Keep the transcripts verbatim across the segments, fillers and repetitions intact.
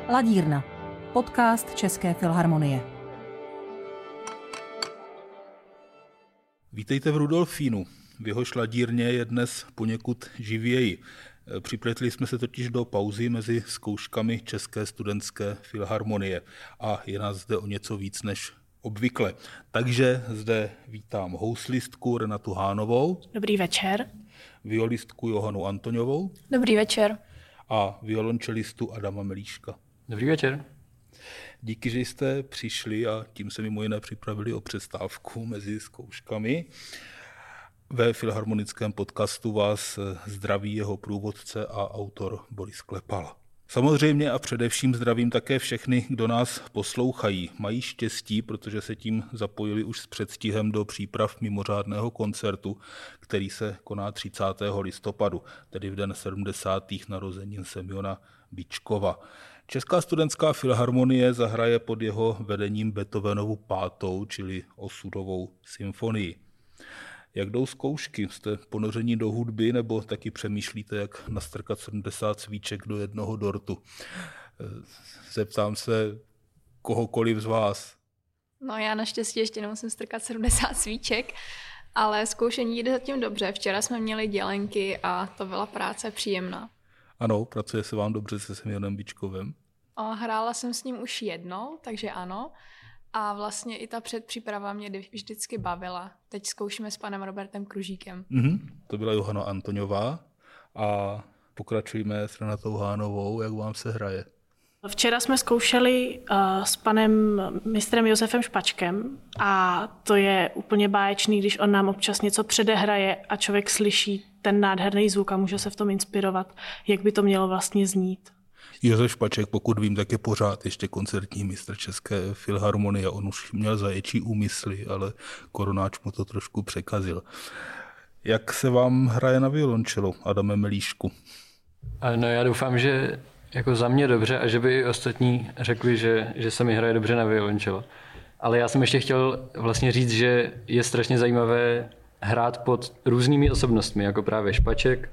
Ladírna, podcast České filharmonie. Vítejte v Rudolfínu. V jehož ladírně je dnes poněkud živěji. Připletli jsme se totiž do pauzy mezi zkouškami České studentské filharmonie a je nás zde o něco víc než obvykle. Takže zde vítám houslistku Renatu Hánovou. Dobrý večer. Violistku Johanu Antoňovou. Dobrý večer. A violončelistu Adama Melíška. Dobrý večer. Díky, že jste přišli a tím se mimo jiné připravili o přestávku mezi zkouškami. Ve filharmonickém podcastu vás zdraví jeho průvodce a autor Boris Klepala. Samozřejmě a především zdravím také všechny, kdo nás poslouchají. Mají štěstí, protože se tím zapojili už s předstihem do příprav mimořádného koncertu, který se koná třicátého listopadu, tedy v den sedmdesátých narozenin Semjona Byčkova. Česká studentská filharmonie zahraje pod jeho vedením Beethovenovu pátou, čili osudovou symfonii. Jak jdou zkoušky? Jste ponoření do hudby nebo taky přemýšlíte, jak nastrkat sedmdesát svíček do jednoho dortu? Zeptám se kohokoliv z vás. No já naštěstí ještě nemusím strkat sedmdesát svíček, ale zkoušení jde zatím dobře. Včera jsme měli dělenky a to byla práce příjemná. Ano, pracuje se vám dobře se Semjonem Byčkovem? Hrála jsem s ním už jednou, takže ano. A vlastně i ta předpříprava mě vždycky bavila. Teď zkoušíme s panem Robertem Kružíkem. Mm-hmm. To byla Johana Antoňová a pokračujeme s Renatou Hánovou. Jak vám se hraje? Včera jsme zkoušeli uh, s panem mistrem Josefem Špačkem a to je úplně báječný, když on nám občas něco předehraje a člověk slyší ten nádherný zvuk a může se v tom inspirovat, jak by to mělo vlastně znít. Josef Špaček, pokud vím, tak je pořád ještě koncertní mistr České filharmonie. On už měl zaječí úmysly, ale koronáč mu to trošku překazil. Jak se vám hraje na violončelo, Adame Melíšku? No já doufám, že jako za mě dobře a že by i ostatní řekli, že, že se mi hraje dobře na violončelo. Ale já jsem ještě chtěl vlastně říct, že je strašně zajímavé hrát pod různými osobnostmi, jako právě Špaček,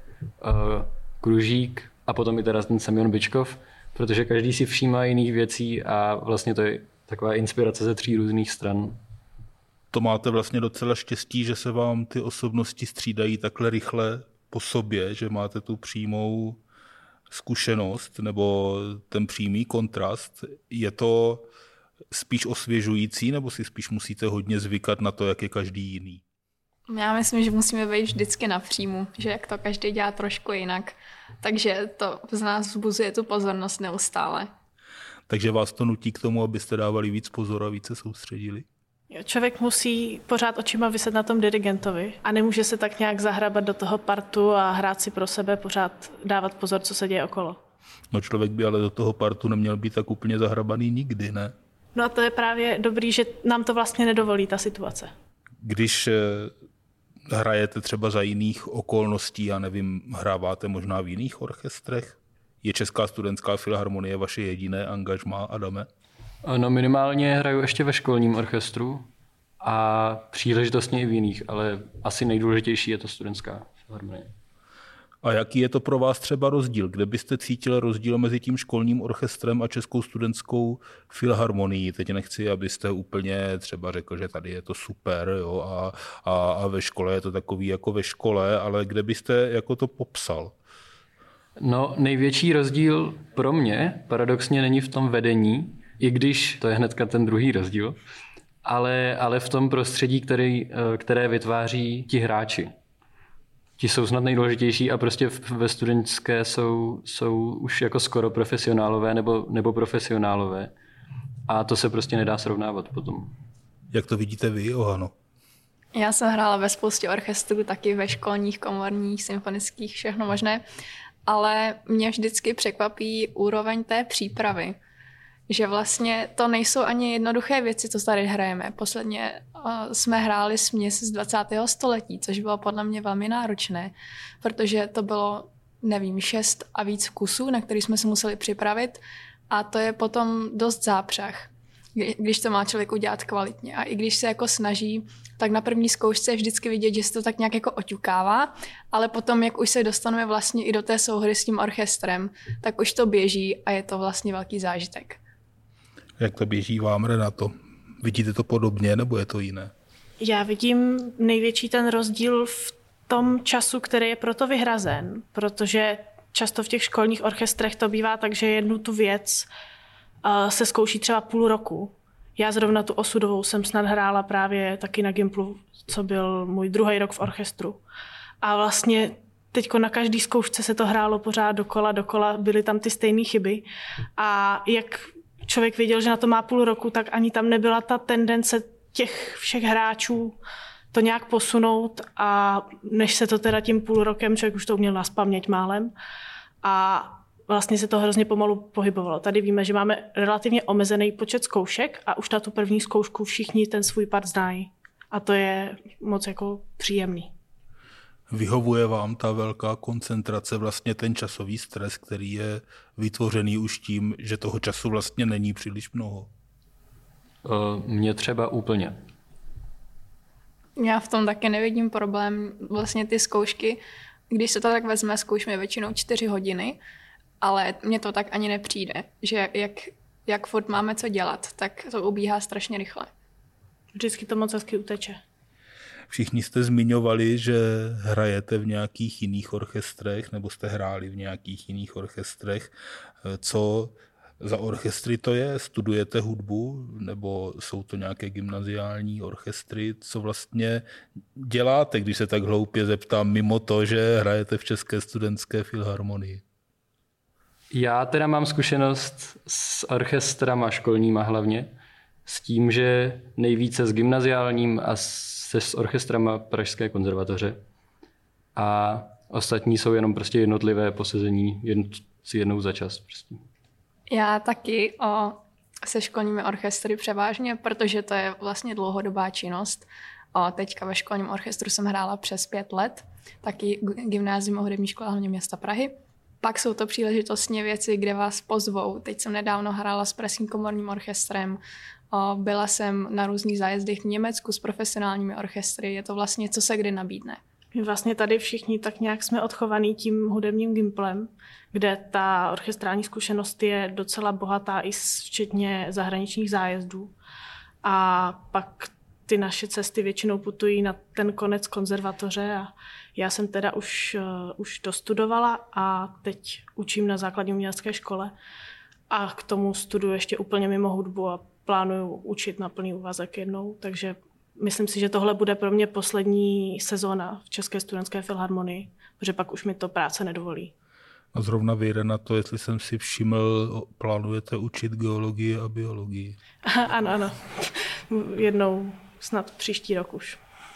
Kružík, a potom i teda ten Semjon Byčkov, protože každý si všímá jiných věcí a vlastně to je taková inspirace ze tří různých stran. To máte vlastně docela štěstí, že se vám ty osobnosti střídají takhle rychle po sobě, že máte tu přímou zkušenost nebo ten přímý kontrast. Je to spíš osvěžující nebo si spíš musíte hodně zvykat na to, jak je každý jiný? Já myslím, že musíme být vždycky napřímo, že jak to každý dělá trošku jinak. Takže to z nás vzbuzuje tu pozornost neustále. Takže vás to nutí k tomu, abyste dávali víc pozor a více soustředili? Člověk musí pořád očima viset na tom dirigentovi a nemůže se tak nějak zahrabat do toho partu a hrát si pro sebe, pořád dávat pozor, co se děje okolo. No člověk by ale do toho partu neměl být tak úplně zahrabaný nikdy, ne? No a to je právě dobrý, že nám to vlastně nedovolí ta situace. Když hrajete třeba za jiných okolností, já nevím, hráváte možná v jiných orchestrech? Je Česká studentská filharmonie vaše jediné angažmá, Adame? No minimálně hraju ještě ve školním orchestru a příležitostně i v jiných, ale asi nejdůležitější je to studentská filharmonie. A jaký je to pro vás třeba rozdíl? Kde byste cítil rozdíl mezi tím školním orchestrem a Českou studentskou filharmonií? Teď nechci, abyste úplně třeba řekl, že tady je to super, jo, a, a, a ve škole je to takový jako ve škole, ale kde byste jako to popsal? No největší rozdíl pro mě paradoxně není v tom vedení, i když to je hnedka ten druhý rozdíl, ale, ale v tom prostředí, který, které vytváří ti hráči. Ti jsou snad nejdůležitější a prostě ve studentské jsou, jsou už jako skoro profesionálové nebo, nebo profesionálové. A to se prostě nedá srovnávat potom. Jak to vidíte vy, Johano? Já jsem hrála ve spoustě orchestrů, taky ve školních, komorních, symfonických, všechno možné. Ale mě vždycky překvapí úroveň té přípravy. Že vlastně to nejsou ani jednoduché věci, co tady hrajeme. Posledně uh, jsme hráli směs z dvacátého století, což bylo podle mě velmi náročné, protože to bylo, nevím, šest a víc kusů, na který jsme se museli připravit a to je potom dost zápřah. když to má člověk udělat kvalitně. A i když se jako snaží, tak na první zkoušce je vždycky vidět, že se to tak nějak jako oťukává, ale potom, jak už se dostaneme vlastně i do té souhry s tím orchestrem, tak už to běží a je to vlastně velký zážitek. Jak to běží vám, Renato? Vidíte to podobně, nebo je to jiné? Já vidím největší ten rozdíl v tom času, který je proto vyhrazen, protože často v těch školních orchestrech to bývá tak, že jednu tu věc uh, se zkouší třeba půl roku. Já zrovna tu osudovou jsem snad hrála právě taky na Gimplu, co byl můj druhý rok v orchestru. A vlastně teďko na každý zkoušce se to hrálo pořád dokola, dokola, byly tam ty stejné chyby. A jak člověk věděl, že na to má půl roku, tak ani tam nebyla ta tendence těch všech hráčů to nějak posunout a než se to teda tím půl rokem, člověk už to uměl nazpaměť málem a vlastně se to hrozně pomalu pohybovalo. Tady víme, že máme relativně omezený počet zkoušek a už na tu první zkoušku všichni ten svůj part znají a to je moc jako příjemný. Vyhovuje vám ta velká koncentrace, vlastně ten časový stres, který je vytvořený už tím, že toho času vlastně není příliš mnoho? Mně třeba úplně. Já v tom taky nevidím problém. Vlastně ty zkoušky, když se to tak vezme, zkoušíme většinou čtyři hodiny, ale mně to tak ani nepřijde, že jak, jak furt máme co dělat, tak to ubíhá strašně rychle. Vždycky to moc hezky uteče. Všichni jste zmiňovali, že hrajete v nějakých jiných orchestrech, nebo jste hráli v nějakých jiných orchestrech. Co za orchestry to je? Studujete hudbu? Nebo jsou to nějaké gymnaziální orchestry? Co vlastně děláte, když se tak hloupě zeptám, mimo to, že hrajete v České studentské filharmonii? Já teda mám zkušenost s orchestrama školníma hlavně, s tím, že nejvíce s gymnaziálním a se s orchestrama Pražské konzervatoře. A ostatní jsou jenom prostě jednotlivé posezení jedn, si jednou za čas. Prostě. Já taky o, se školními orchestry převážně, protože to je vlastně dlouhodobá činnost. O, teďka ve školním orchestru jsem hrála přes pět let, taky gymnázium a hudební škola hlavně města Prahy. Pak jsou to příležitostně věci, kde vás pozvou. Teď jsem nedávno hrála s Pražským komorním orchestrem. O, byla jsem na různých zájezdech v Německu s profesionálními orchestry. Je to vlastně, co se kdy nabídne. My vlastně tady všichni tak nějak jsme odchovaní tím hudebním Gimplem, kde ta orchestrální zkušenost je docela bohatá i včetně zahraničních zájezdů. A pak ty naše cesty většinou putují na ten konec konzervatoře a já jsem teda už, uh, už dostudovala a teď učím na základní umělecké škole a k tomu studuji ještě úplně mimo hudbu a plánuju učit na plný úvazek jednou, takže myslím si, že tohle bude pro mě poslední sezóna v České studentské filharmonii, protože pak už mi to práce nedovolí. A zrovna vy, Renato, jestli jsem si všiml, plánujete učit geologii a biologii? Ano, ano. Jednou snad příští rok už.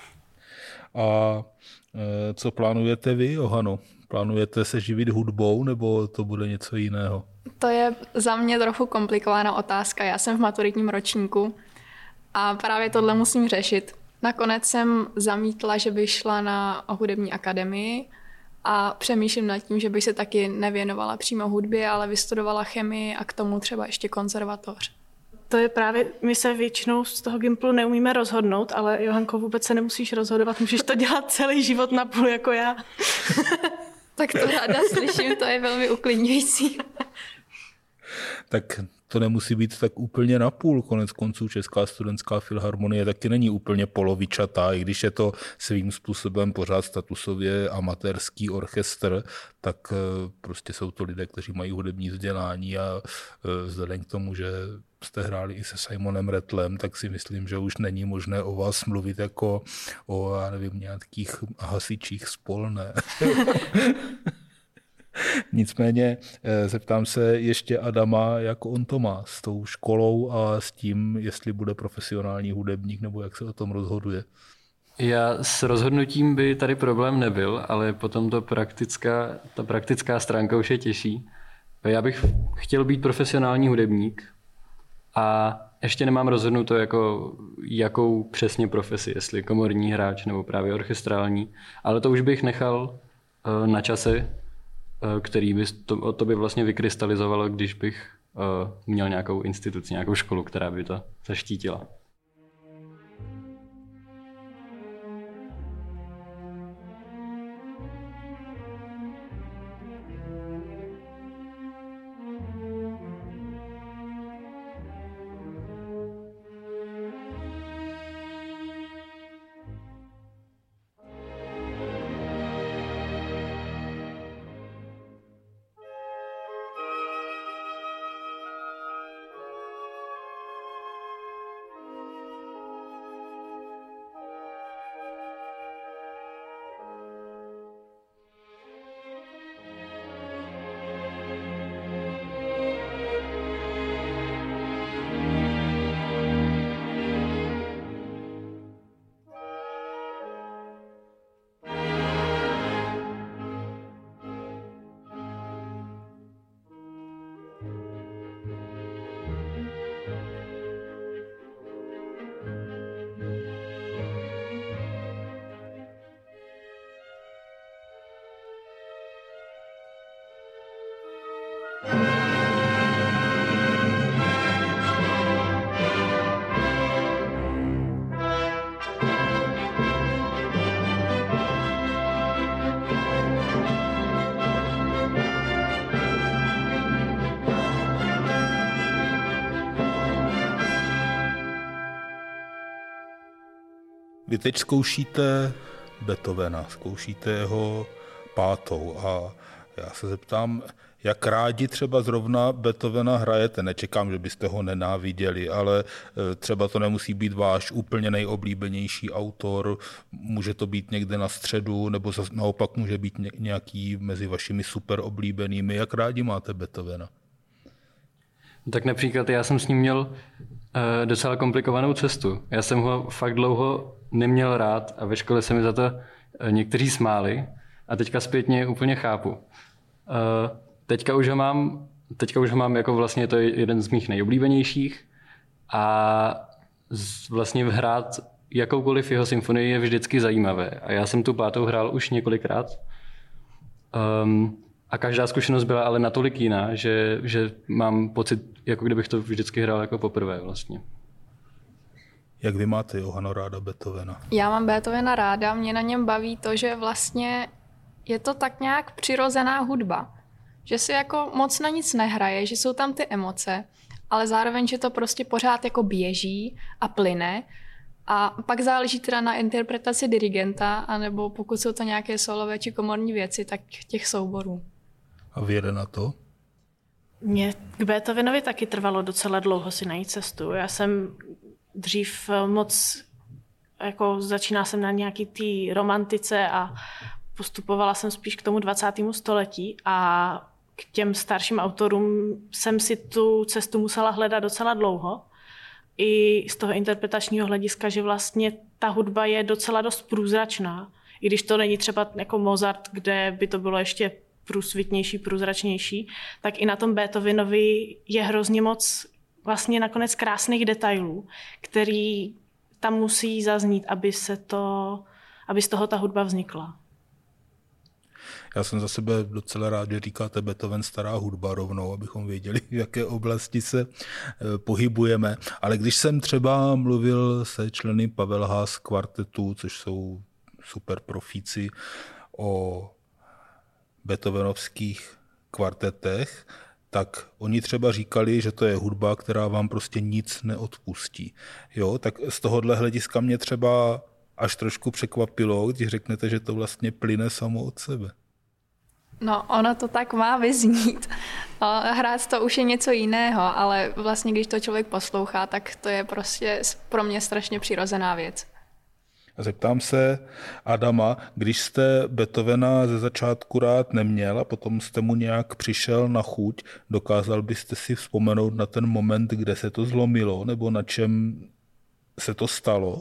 A co plánujete vy, Johano? Plánujete se živit hudbou, nebo to bude něco jiného? To je za mě trochu komplikovaná otázka. Já jsem v maturitním ročníku a právě tohle musím řešit. Nakonec jsem zamítla, že bych šla na hudební akademii a přemýšlím nad tím, že bych se taky nevěnovala přímo hudbě, ale vystudovala chemii a k tomu třeba ještě konzervatoř. To je právě, my se většinou z toho Gimplu neumíme rozhodnout, ale Johanko, vůbec se nemusíš rozhodovat, můžeš to dělat celý život na půl jako já. Tak to ráda slyším, to je velmi uklidňující. Tak to nemusí být tak úplně napůl. Konec konců Česká studentská filharmonie taky není úplně polovičatá, i když je to svým způsobem pořád statusově amatérský orchestr, tak prostě jsou to lidé, kteří mají hudební vzdělání a vzhledem k tomu, že jste hráli i se Simonem Rattlem, tak si myslím, že už není možné o vás mluvit jako o, já nevím, nějakých hasičích spol, ne? Nicméně zeptám se ještě Adama, jak on to má s tou školou a s tím, jestli bude profesionální hudebník, nebo jak se o tom rozhoduje. Já s rozhodnutím by tady problém nebyl, ale potom to praktická, ta praktická stránka už je těžší. Já bych chtěl být profesionální hudebník a ještě nemám rozhodnuto, jako, jakou přesně profesi, jestli komorní hráč nebo právě orchestrální, ale to už bych nechal na čase, který by to, to by vlastně vykrystalizovalo, když bych měl nějakou instituci, nějakou školu, která by to zaštítila. Vy teď zkoušíte Beethovena, zkoušíte jeho pátou a já se zeptám, jak rádi třeba zrovna Beethovena hrajete. Nečekám, že byste ho nenáviděli, ale třeba to nemusí být váš úplně nejoblíbenější autor, může to být někde na středu, nebo naopak může být nějaký mezi vašimi super oblíbenými. Jak rádi máte Beethovena? Tak například já jsem s ním měl uh, docela komplikovanou cestu. Já jsem ho fakt dlouho neměl rád a ve škole se mi za to uh, někteří smáli a teďka zpětně úplně chápu. Uh, teďka už ho mám, teďka už ho mám jako vlastně to je jeden z mých nejoblíbenějších a z, vlastně hrát jakoukoliv jeho symfonii je vždycky zajímavé. A já jsem tu pátou hrál už několikrát. Um, A každá zkušenost byla ale natolik jiná, že, že mám pocit, jako kdybych to vždycky hrál jako poprvé vlastně. Jak vy máte, Johano, ráda Beethovena? Já mám Beethovena ráda, mě na něm baví to, že vlastně je to tak nějak přirozená hudba. Že si jako moc na nic nehraje, že jsou tam ty emoce, ale zároveň, že to prostě pořád jako běží a plyne. A pak záleží teda na interpretaci dirigenta, anebo pokud jsou to nějaké solové či komorní věci, tak těch souborů. A věde na to? Mně k Beethovenovi taky trvalo docela dlouho si najít cestu. Já jsem dřív moc, jako začínala jsem na nějaký té romantice a postupovala jsem spíš k tomu dvacátému století a k těm starším autorům jsem si tu cestu musela hledat docela dlouho. I z toho interpretačního hlediska, že vlastně ta hudba je docela dost průzračná. I když to není třeba jako Mozart, kde by to bylo ještě průsvitnější, průzračnější, tak i na tom Beethovenovi je hrozně moc vlastně nakonec krásných detailů, který tam musí zaznít, aby se to, aby z toho ta hudba vznikla. Já jsem za sebe docela rád, že říkáte Beethoven stará hudba rovnou, abychom věděli, v jaké oblasti se pohybujeme. Ale když jsem třeba mluvil se členy Pavel Haas kvartetu, což jsou super profíci, o beethovenovských kvartetech, tak oni třeba říkali, že to je hudba, která vám prostě nic neodpustí. Jo, tak z tohohle hlediska mě třeba až trošku překvapilo, když řeknete, že to vlastně plyne samo od sebe. No, ono to tak má vyznít. Hrát to už je něco jiného, ale vlastně, když to člověk poslouchá, tak to je prostě pro mě strašně přirozená věc. A zeptám se Adama, když jste Beethovena ze začátku rád neměl a potom jste mu nějak přišel na chuť, dokázal byste si vzpomenout na ten moment, kde se to zlomilo, nebo na čem se to stalo?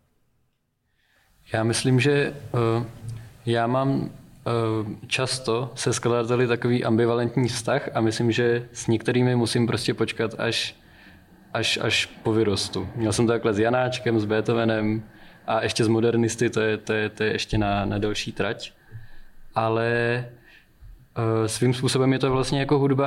Já myslím, že uh, já mám často se skladateli takový ambivalentní vztah a myslím, že s některými musím prostě počkat až, až, až po vyrostu. Měl jsem to takhle s Janáčkem, s Beethovenem a ještě s modernisty, to je, to je, to je ještě na, na delší trať. Ale uh, svým způsobem je to vlastně jako hudba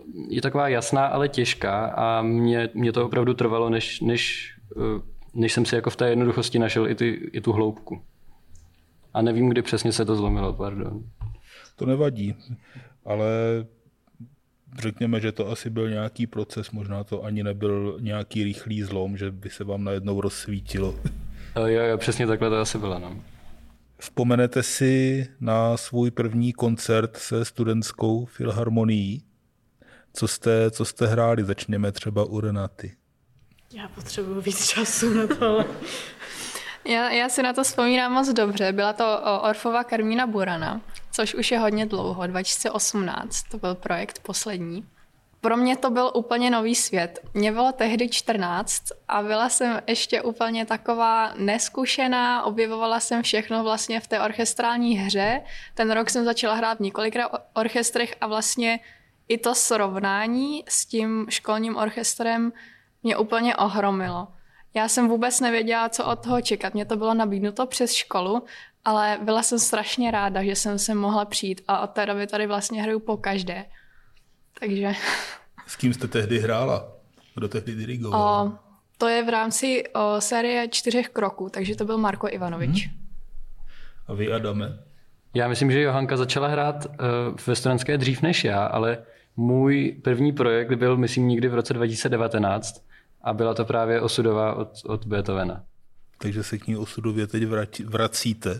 je taková jasná, ale těžká a mě, mě to opravdu trvalo, než, než, než jsem si jako v té jednoduchosti našel i, ty, i tu hloubku. A nevím, kdy přesně se to zlomilo, pardon. To nevadí, ale řekněme, že to asi byl nějaký proces, možná to ani nebyl nějaký rychlý zlom, že by se vám najednou rozsvítilo. Jo, jo, přesně takhle to asi bylo, no. Vzpomenete si na svůj první koncert se studentskou filharmonií? Co jste, co jste hráli? Začněme třeba u Renaty. Já potřebuji víc času na to. Já, já si na to vzpomínám moc dobře. Byla to Orffova Carmina Burana, což už je hodně dlouho, dva tisíce osmnáct. To byl projekt poslední. Pro mě to byl úplně nový svět. Mně bylo tehdy čtrnáct a byla jsem ještě úplně taková neskušená, objevovala jsem všechno vlastně v té orchestrální hře. Ten rok jsem začala hrát v několika orchestrech a vlastně i to srovnání s tím školním orchestrem mě úplně ohromilo. Já jsem vůbec nevěděla, co od toho čekat. Mně to bylo nabídnuto přes školu, ale byla jsem strašně ráda, že jsem se mohla přijít a od té doby tady vlastně hraju po každé. Takže... S kým jste tehdy hrála? Kdo tehdy dirigoval? O, to je v rámci o, série čtyřech kroků, takže to byl Marko Ivanovič. Hmm. A vy, Adame? Já myslím, že Johanka začala hrát uh, ve studentské dřív než já, ale můj první projekt byl, myslím, někdy v roce dva tisíce devatenáct a byla to právě Osudová od, od Beethovena. Takže se k ní osudově teď vracíte.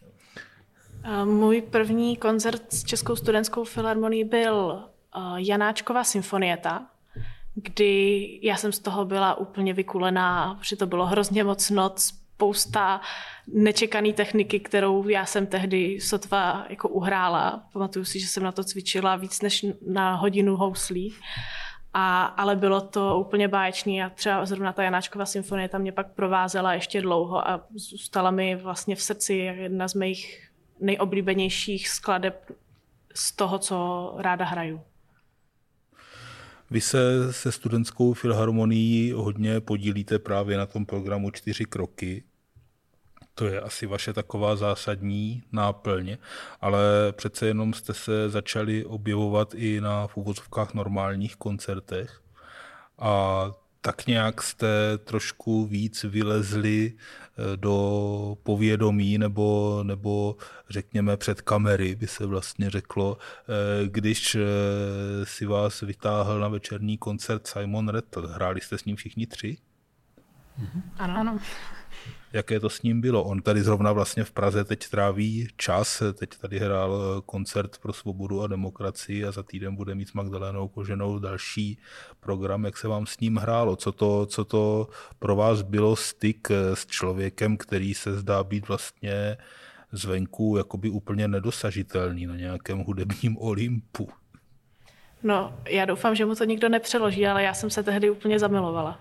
Můj první koncert s Českou studentskou filharmonií byl Janáčkova symfonieta, kdy já jsem z toho byla úplně vykulená, protože to bylo hrozně moc not, spousta nečekaný techniky, kterou já jsem tehdy sotva jako uhrála. Pamatuju si, že jsem na to cvičila víc než na hodinu houslí. A, ale bylo to úplně báječný a třeba zrovna ta Janáčkova symfonieta mě pak provázela ještě dlouho a zůstala mi vlastně v srdci jedna z mých nejoblíbenějších skladeb z toho, co ráda hraju. Vy se se studentskou filharmonií hodně podílíte právě na tom programu Čtyři kroky. To je asi vaše taková zásadní náplň, ale přece jenom jste se začali objevovat i na v uvozovkách normálních koncertech a tak nějak jste trošku víc vylezli do povědomí nebo, nebo řekněme před kamery, by se vlastně řeklo, když si vás vytáhl na večerní koncert Simon Rattle. Hráli jste s ním všichni tři? Ano. ano. Jaké to s ním bylo? On tady zrovna vlastně v Praze teď tráví čas, teď tady hrál koncert pro svobodu a demokracii a za týden bude mít s Magdalénou Koženou další program. Jak se vám s ním hrálo? Co to, co to pro vás bylo styk s člověkem, který se zdá být vlastně zvenku jakoby úplně nedosažitelný na nějakém hudebním Olympu? No, já doufám, že mu to nikdo nepřeloží, ale já jsem se tehdy úplně zamilovala.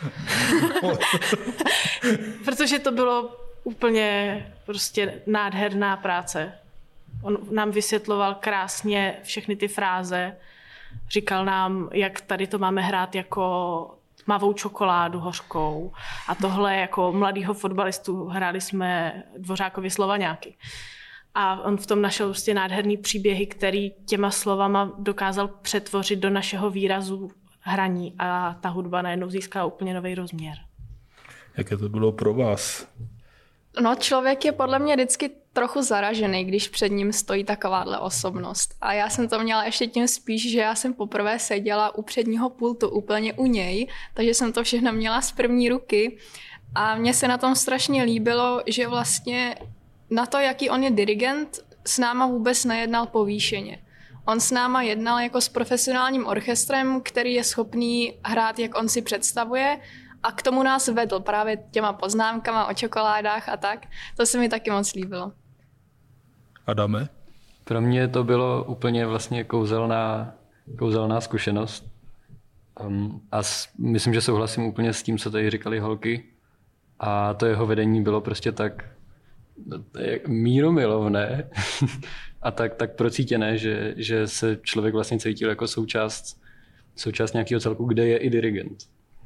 Protože to bylo úplně prostě nádherná práce. On nám vysvětloval krásně všechny ty fráze, říkal nám, jak tady to máme hrát jako tmavou čokoládu hořkou a tohle jako mladýho fotbalistu hráli jsme Dvořákovi Slovaňáky. A on v tom našel prostě nádherný příběhy, který těma slovama dokázal přetvořit do našeho výrazu hraní a ta hudba najednou získá úplně nový rozměr. Jaké to bylo pro vás? No, člověk je podle mě vždycky trochu zaražený, když před ním stojí takováhle osobnost. A já jsem to měla ještě tím spíš, že já jsem poprvé seděla u předního pultu úplně u něj, takže jsem to všechno měla z první ruky. A mně se na tom strašně líbilo, že vlastně na to, jaký on je dirigent, s náma vůbec nejednal povýšeně. On s náma jednal jako s profesionálním orchestrem, který je schopný hrát, jak on si představuje, a k tomu nás vedl právě těma poznámkama o čokoládách a tak. To se mi taky moc líbilo. Adame? Pro mě to bylo úplně vlastně kouzelná, kouzelná zkušenost. Um, a s, myslím, že souhlasím úplně s tím, co tady říkali holky. A to jeho vedení bylo prostě tak mírumilovné a tak, tak procítěné, že, že se člověk vlastně cítil jako součást, součást nějakého celku, kde je i dirigent.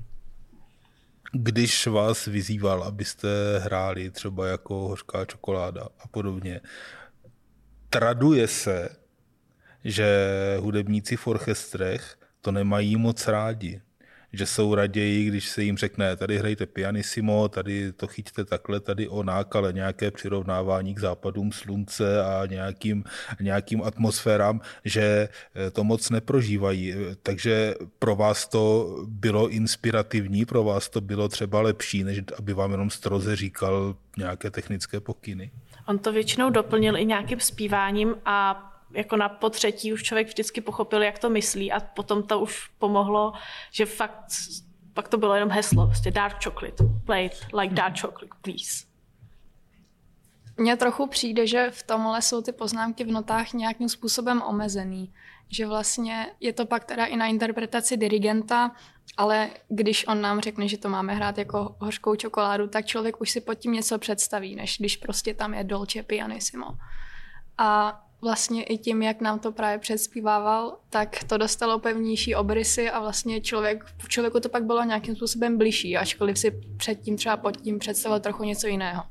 Když vás vyzýval, abyste hráli třeba jako Hořká čokoláda a podobně, traduje se, že hudebníci v orchestrech to nemají moc rádi. Že jsou raději, když se jim řekne, tady hrajte pianissimo, tady to chyťte takhle, tady onak, ale nějaké přirovnávání k západům slunce a nějakým, nějakým atmosférám, že to moc neprožívají. Takže pro vás to bylo inspirativní, pro vás to bylo třeba lepší, než aby vám jenom stroze říkal nějaké technické pokyny. On to většinou doplnil i nějakým zpíváním a jako na potřetí už člověk vždycky pochopil, jak to myslí a potom to už pomohlo, že fakt pak to bylo jenom heslo, prostě dark chocolate, play it like dark chocolate, please. Mně trochu přijde, že v tomhle jsou ty poznámky v notách nějakým způsobem omezený, že vlastně je to pak teda i na interpretaci dirigenta, ale když on nám řekne, že to máme hrát jako hořkou čokoládu, tak člověk už si pod tím něco představí, než když prostě tam je dolce pianissimo. A vlastně i tím, jak nám to právě předspívával, tak to dostalo pevnější obrysy a vlastně člověk, člověku to pak bylo nějakým způsobem bližší, ačkoliv si předtím třeba pod tím představil trochu něco jiného.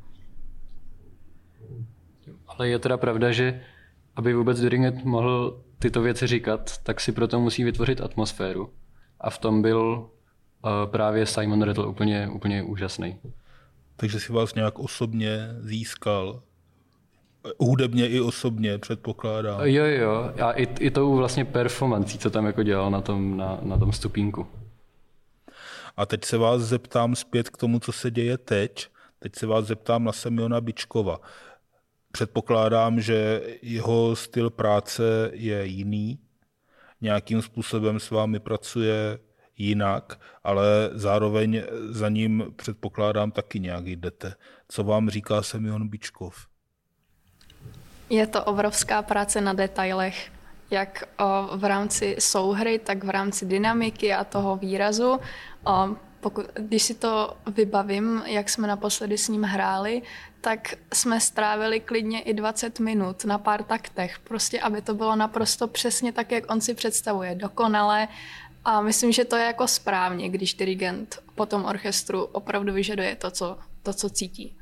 Ale je teda pravda, že aby vůbec dirigent mohl tyto věci říkat, tak si proto musí vytvořit atmosféru. A v tom byl uh, právě Simon Rattle úplně, úplně úžasný. Takže si vás nějak osobně získal? Hudebně i osobně, předpokládám. Jo, jo. A i, i tou vlastně performancí, co tam jako dělal na tom, na, na tom stupínku. A teď se vás zeptám zpět k tomu, co se děje teď. Teď se vás zeptám na Semjona Byčkova. Předpokládám, že jeho styl práce je jiný. Nějakým způsobem s vámi pracuje jinak, ale zároveň za ním předpokládám taky nějak jdete. Co vám říká Semjon Byčkov? Je to obrovská práce na detailech, jak o, v rámci souhry, tak v rámci dynamiky a toho výrazu. O, pokud, když si to vybavím, jak jsme naposledy s ním hráli, tak jsme strávili klidně i dvacet minut na pár taktech, prostě aby to bylo naprosto přesně tak, jak on si představuje, dokonale. A myslím, že to je jako správně, když dirigent po tom orchestru opravdu vyžaduje to, co, to, co cítí.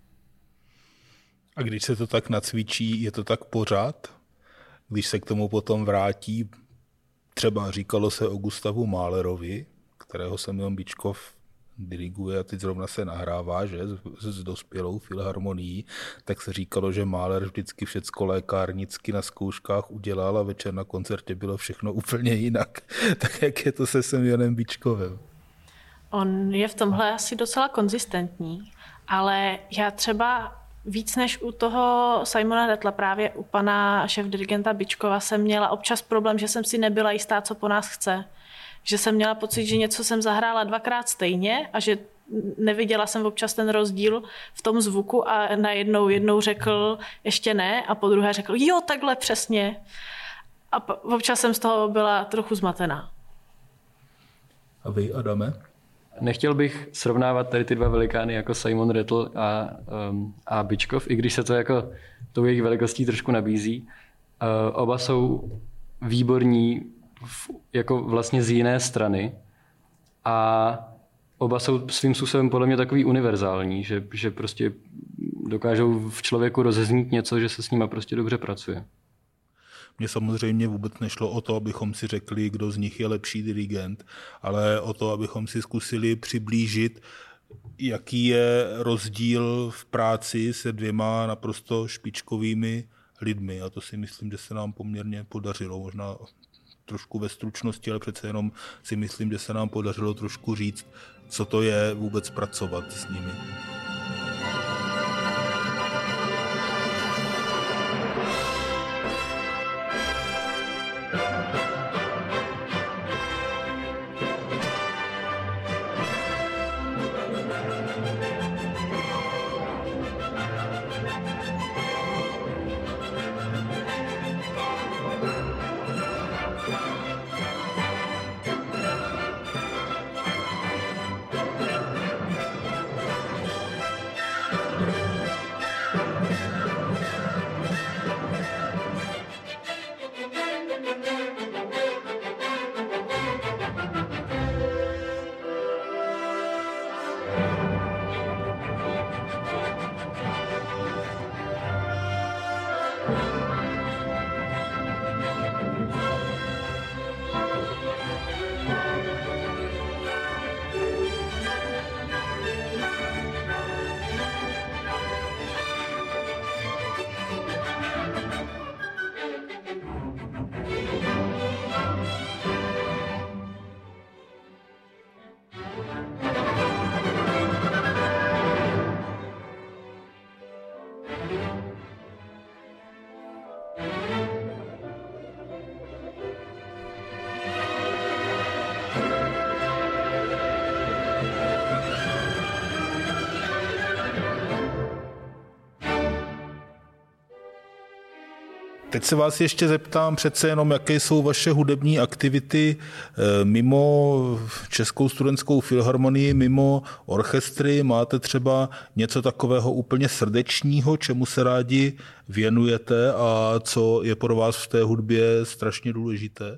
A když se to tak nacvičí, je to tak pořád? Když se k tomu potom vrátí, třeba říkalo se o Gustavu Mahlerovi, kterého Semjon Byčkov diriguje a teď zrovna se nahrává, že, s, s dospělou filharmonií, tak se říkalo, že Mahler vždycky všecko lékárnicky na zkouškách udělal a večer na koncertě bylo všechno úplně jinak. Tak jak je to se Semjonem Byčkovem? On je v tomhle asi docela konzistentní, ale já třeba víc než u toho Simona Rattla, právě u pana šéfdirigenta Byčkova jsem měla občas problém, že jsem si nebyla jistá, co po nás chce. Že jsem měla pocit, že něco jsem zahrála dvakrát stejně a že neviděla jsem občas ten rozdíl v tom zvuku a najednou jednou řekl ještě ne a po druhé řekl jo, takhle přesně. A občas jsem z toho byla trochu zmatená. A vy, Adame? Nechtěl bych srovnávat tady ty dva velikány jako Simon Rattle a, um, a Byčkov, i když se to jako tou jejich velikostí trošku nabízí. Uh, oba jsou výborní v, jako vlastně z jiné strany a oba jsou svým způsobem podle mě takový univerzální, že, že prostě dokážou v člověku rozeznít něco, že se s nima prostě dobře pracuje. Mně samozřejmě vůbec nešlo o to, abychom si řekli, kdo z nich je lepší dirigent, ale o to, abychom si zkusili přiblížit, jaký je rozdíl v práci se dvěma naprosto špičkovými lidmi. A to si myslím, že se nám poměrně podařilo. Možná trošku ve stručnosti, ale přece jenom si myslím, že se nám podařilo trošku říct, co to je vůbec pracovat s nimi. Teď se vás ještě zeptám přece jenom, jaké jsou vaše hudební aktivity mimo Českou studentskou filharmonii, mimo orchestry. Máte třeba něco takového úplně srdečního, čemu se rádi věnujete a co je pro vás v té hudbě strašně důležité?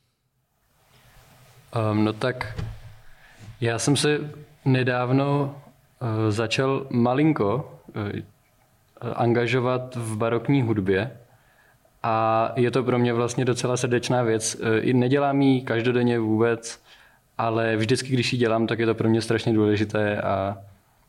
Um, no tak já jsem se nedávno uh, začal malinko uh, angažovat v barokní hudbě a je to pro mě vlastně docela srdečná věc. I nedělám ji každodenně vůbec, ale vždycky, když ji dělám, tak je to pro mě strašně důležité a,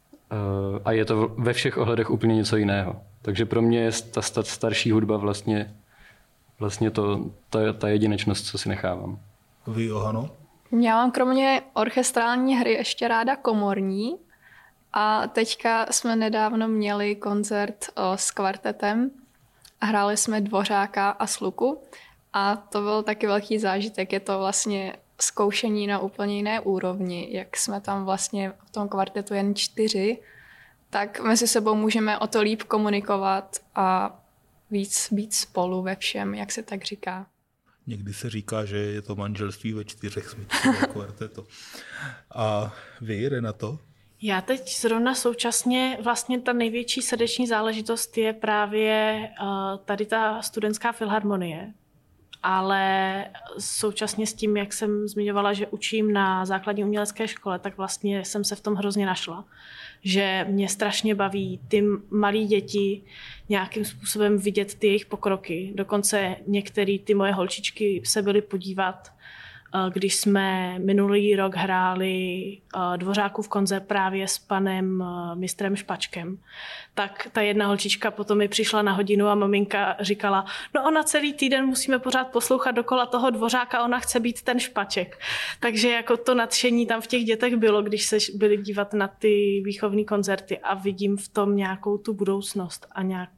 a je to ve všech ohledech úplně něco jiného. Takže pro mě je ta starší hudba vlastně, vlastně to, ta, ta jedinečnost, co si nechávám. Vy, Johano? Já mám kromě orchestrální hry ještě ráda komorní. A teďka jsme nedávno měli koncert o, s kvartetem a hráli jsme Dvořáka a Sluku a to byl taky velký zážitek. Je to vlastně zkoušení na úplně jiné úrovni, jak jsme tam vlastně v tom kvartetu jen čtyři, tak mezi sebou můžeme o to líp komunikovat a víc být spolu ve všem, jak se tak říká. Někdy se říká, že je to manželství ve čtyřech smyslech kvartetu. A vy, Renato? Já teď zrovna současně vlastně ta největší srdeční záležitost je právě uh, tady ta studentská filharmonie, ale současně s tím, jak jsem zmiňovala, že učím na základní umělecké škole, tak vlastně jsem se v tom hrozně našla. Že mě strašně baví ty malí děti nějakým způsobem vidět ty jejich pokroky. Dokonce některé ty moje holčičky se byly podívat, když jsme minulý rok hráli Dvořákův koncert právě s panem mistrem Špačkem, tak ta jedna holčička potom mi přišla na hodinu a maminka říkala, no ona celý týden musíme pořád poslouchat dokola toho Dvořáka, ona chce být ten Špaček. Takže jako to nadšení tam v těch dětech bylo, když se byli dívat na ty výchovní koncerty a vidím v tom nějakou tu budoucnost a nějak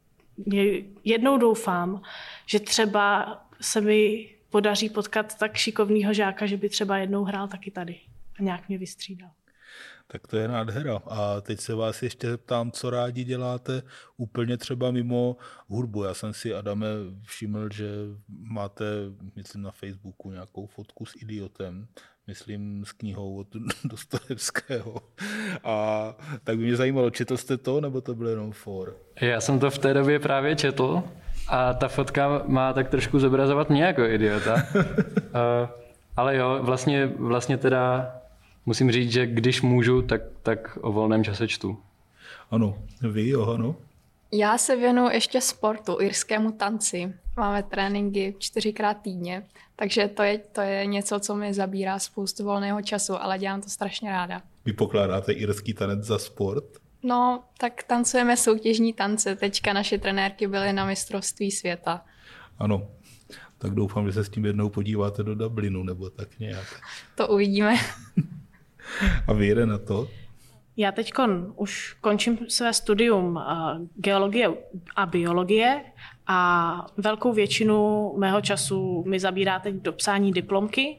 jednou doufám, že třeba se mi podaří potkat tak šikovného žáka, že by třeba jednou hrál taky tady a nějak mě vystřídal. Tak to je nádhera. A teď se vás ještě zeptám, co rádi děláte úplně třeba mimo hudbu. Já jsem si, Adame, všiml, že máte, myslím, na Facebooku nějakou fotku s Idiotem, myslím s knihou od Dostojevského. A tak by mě zajímalo, četl jste to, nebo to bylo jenom for? Já jsem to v té době právě četl a ta fotka má tak trošku zobrazovat mě jako idiota. uh, ale jo, vlastně, vlastně teda musím říct, že když můžu, tak, tak o volném čase čtu. Ano, vy, Johano? Já se věnuju ještě sportu, irskému tanci. Máme tréninky čtyřikrát týdně, takže to je, to je něco, co mi zabírá spoustu volného času, ale dělám to strašně ráda. Vy pokládáte irský tanec za sport? No, tak tancujeme soutěžní tance. Teďka naše trenérky byly na mistrovství světa. Ano, tak doufám, že se s tím jednou podíváte do Dublinu, nebo tak nějak. To uvidíme. A vy jede na to? Já teď už končím své studium geologie a biologie a velkou většinu mého času mi zabírá teď do psání diplomky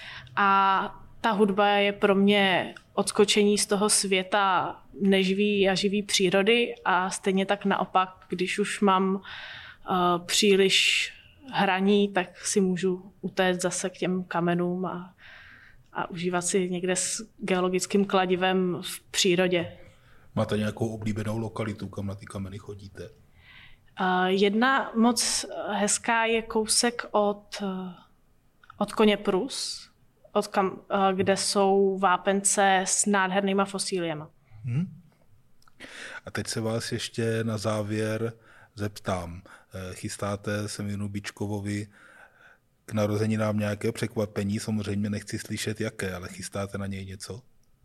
a ta hudba je pro mě odskočení z toho světa neživý a živý přírody a stejně tak naopak, když už mám uh, příliš hraní, tak si můžu utéct zase k těm kamenům a, a užívat si někde s geologickým kladivem v přírodě. Máte nějakou oblíbenou lokalitu, kam na ty kameny chodíte? Uh, jedna moc hezká je kousek od, uh, od Koně Prus, od kam, uh, kde jsou vápence s nádhernýma fosíliema. Hmm. A teď se vás ještě na závěr zeptám. Chystáte Semínu Bičkovovi k narozeninám nějaké překvapení? Samozřejmě nechci slyšet jaké, ale chystáte na něj něco?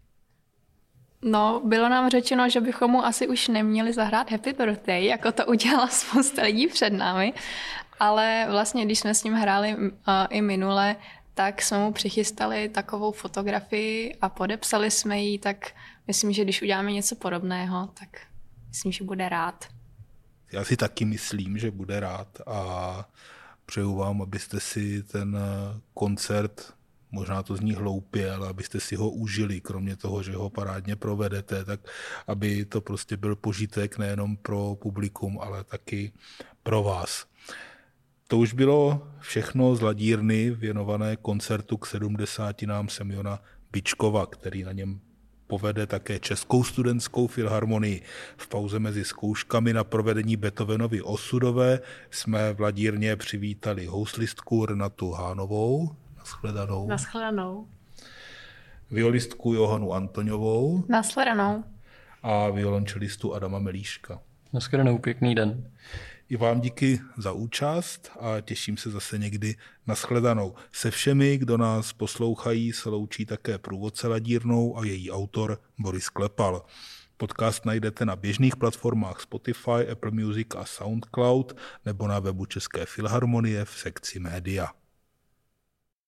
No, bylo nám řečeno, že bychom mu asi už neměli zahrát Happy Birthday, jako to udělala spousta lidí před námi, ale vlastně, když jsme s ním hráli uh, i minule, tak jsme mu přichystali takovou fotografii a podepsali jsme ji, tak myslím, že když uděláme něco podobného, tak myslím, že bude rád. Já si taky myslím, že bude rád a přeju vám, abyste si ten koncert možná to zní hloupě, ale abyste si ho užili, kromě toho, že ho parádně provedete, tak aby to prostě byl požitek nejenom pro publikum, ale taky pro vás. To už bylo všechno z Ladírny věnované koncertu k sedmdesátinám Semjona Byčkova, který na něm povede také Českou studentskou filharmonii. V pauze mezi zkouškami na provedení Beethovenovy Osudové jsme v Ladírně přivítali houslistku Renatu Hánovou. Naschledanou. Naschledanou. Violistku Johanu Antoňovou. Naschledanou. A violončelistu Adama Melíška. Naschledanou, pěkný den. I vám díky za účast a těším se zase někdy naschledanou. Se všemi, kdo nás poslouchají, se loučí také průvodce Ladírnou a její autor Boris Klepal. Podcast najdete na běžných platformách Spotify, Apple Music a SoundCloud nebo na webu České filharmonie v sekci média.